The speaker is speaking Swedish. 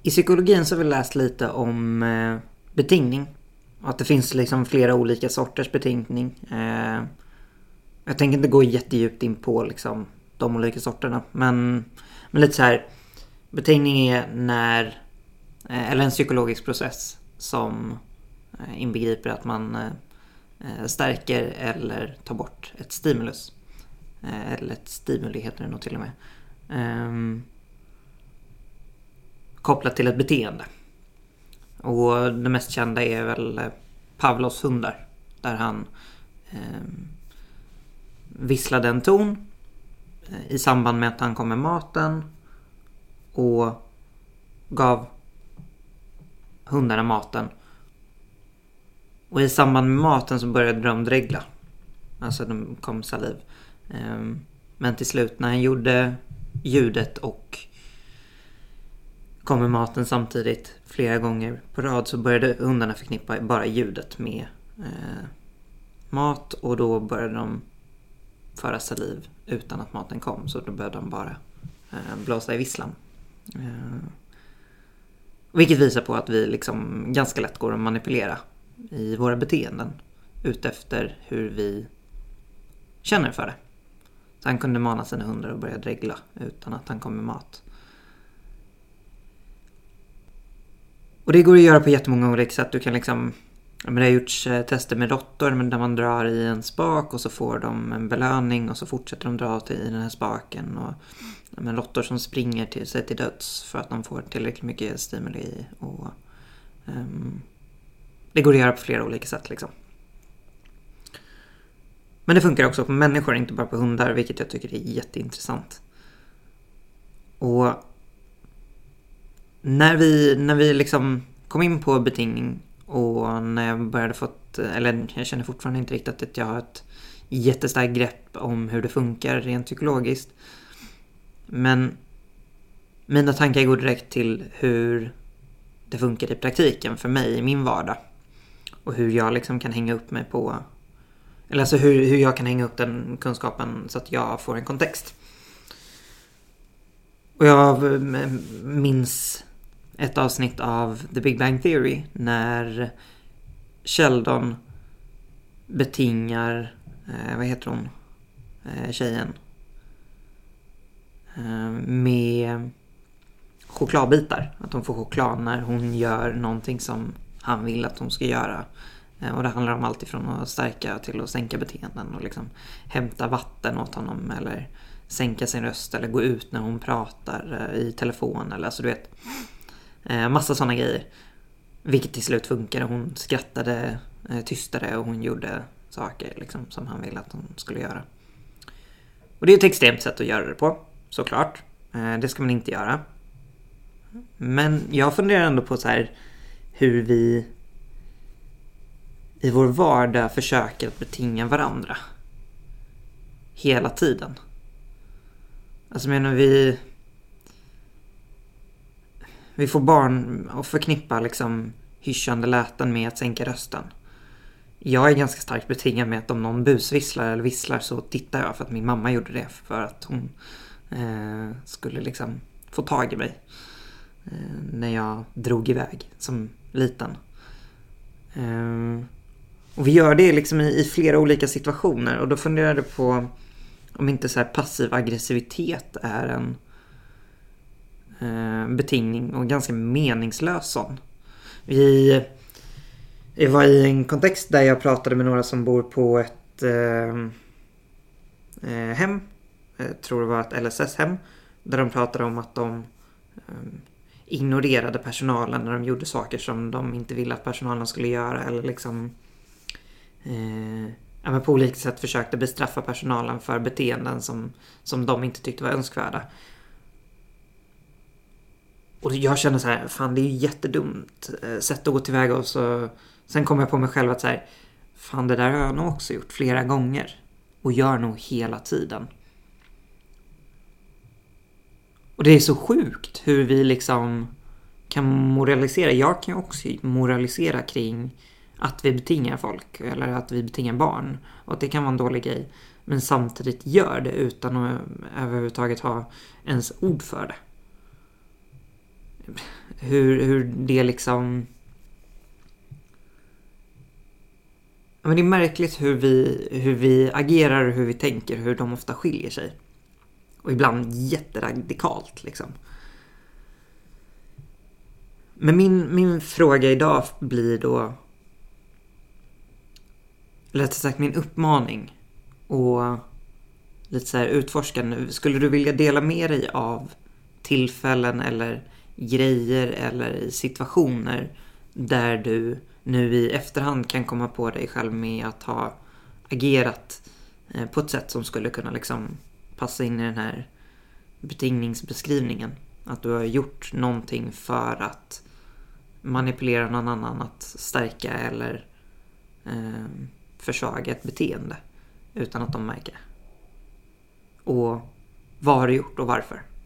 I psykologin så har vi läst lite om betingning. Och att det finns liksom flera olika sorters betingning. Jag tänker inte gå jättedjupt in på liksom de olika sorterna. Men lite så här. Betingning är när, eller en psykologisk process som inbegriper att man stärker eller tar bort ett stimulus. Eller ett stimuli heter det nog till och med. Kopplat till ett beteende. Och det mest kända är väl Pavlovs hundar. Där han visslade en ton i samband med att han kom med maten. Och gav hundarna maten. Och i samband med maten så började de dregla. Alltså de kom saliv. Men till slut när han gjorde ljudet och kom med maten samtidigt flera gånger på rad så började hundarna förknippa bara ljudet med mat. Och då började de föra saliv utan att maten kom. Så då började de bara blåsa i visslan. Vilket visar på att vi liksom ganska lätt går att manipulera i våra beteenden utefter hur vi känner för det. Så han kunde mana sina hundar och börja dregla utan att han kom med mat. Och det går att göra på jättemånga olika sätt. Du kan liksom, det har gjorts tester med råttor där man drar i en spak och så får de en belöning och så fortsätter de dra i den här spaken. Och råttor som springer till sig till döds för att de får tillräckligt mycket stimuli. Och det går att göra på flera olika sätt liksom. Men det funkar också på människor, inte bara på hundar, vilket jag tycker är jätteintressant. Och när vi liksom kom in på betingning och när jag började jag känner fortfarande inte riktigt att jag har ett jättestarkt grepp om hur det funkar rent psykologiskt. Men mina tankar går direkt till hur det funkar i praktiken för mig i min vardag. Och hur jag liksom kan hänga upp mig på, eller alltså hur jag kan hänga upp den kunskapen så att jag får en kontext. Och jag minns ett avsnitt av The Big Bang Theory när Sheldon betingar, vad heter hon? Tjejen. Med chokladbitar. Att hon får choklad när hon gör någonting som han vill att hon ska göra. Och det handlar om allt ifrån att stärka till att sänka beteenden. Och liksom hämta vatten åt honom. Eller sänka sin röst. Eller gå ut när hon pratar i telefon. Eller alltså du vet. Massa sådana grejer. Vilket till slut funkar. Hon skrattade tystare och hon gjorde saker liksom, som han ville att hon skulle göra. Och det är ett extremt sätt att göra det på. Såklart. Det ska man inte göra. Men jag funderar ändå på så här hur vi i vår vardag försöker att betinga varandra. Hela tiden. Alltså menar vi får barn att förknippa liksom hyschande läten med att sänka rösten. Jag är ganska starkt betingad med att om någon busvisslar eller visslar så tittar jag för att min mamma gjorde det för att hon skulle liksom få tag i mig när jag drog iväg som liten. Och vi gör det liksom i flera olika situationer och då funderar jag på om inte så här passiv aggressivitet är en betingning och ganska meningslös sån. Jag var i en kontext där jag pratade med några som bor på ett hem. Jag tror det var ett LSS-hem. Där de pratade om att de ignorerade personalen när de gjorde saker som de inte ville att personalen skulle göra. Eller liksom på olika sätt försökte bestraffa personalen för beteenden som de inte tyckte var önskvärda. Och jag kände så här, fan det är ju jättedumt sätt att gå tillväga. Och så, sen kom jag på mig själv att så här, fan det där har jag nog också gjort flera gånger. Och gör nog hela tiden. Och det är så sjukt hur vi liksom kan moralisera. Jag kan också moralisera kring att vi betingar folk. Eller att vi betingar barn. Och att det kan vara en dålig grej. Men samtidigt gör det utan att överhuvudtaget ha ens ord för det. hur det liksom... Men det är märkligt hur vi agerar och hur vi tänker, hur de ofta skiljer sig. Och ibland jätteradikalt liksom. Men min fråga idag blir då, rättare sagt min uppmaning och lite så här utforskande. Skulle du vilja dela med dig av tillfällen eller grejer eller situationer där du nu i efterhand kan komma på dig själv med att ha agerat på ett sätt som skulle kunna liksom passa in i den här betingningsbeskrivningen? Att du har gjort någonting för att manipulera någon annan att stärka eller försvaga ett beteende utan att de märker. Och vad har du gjort och varför?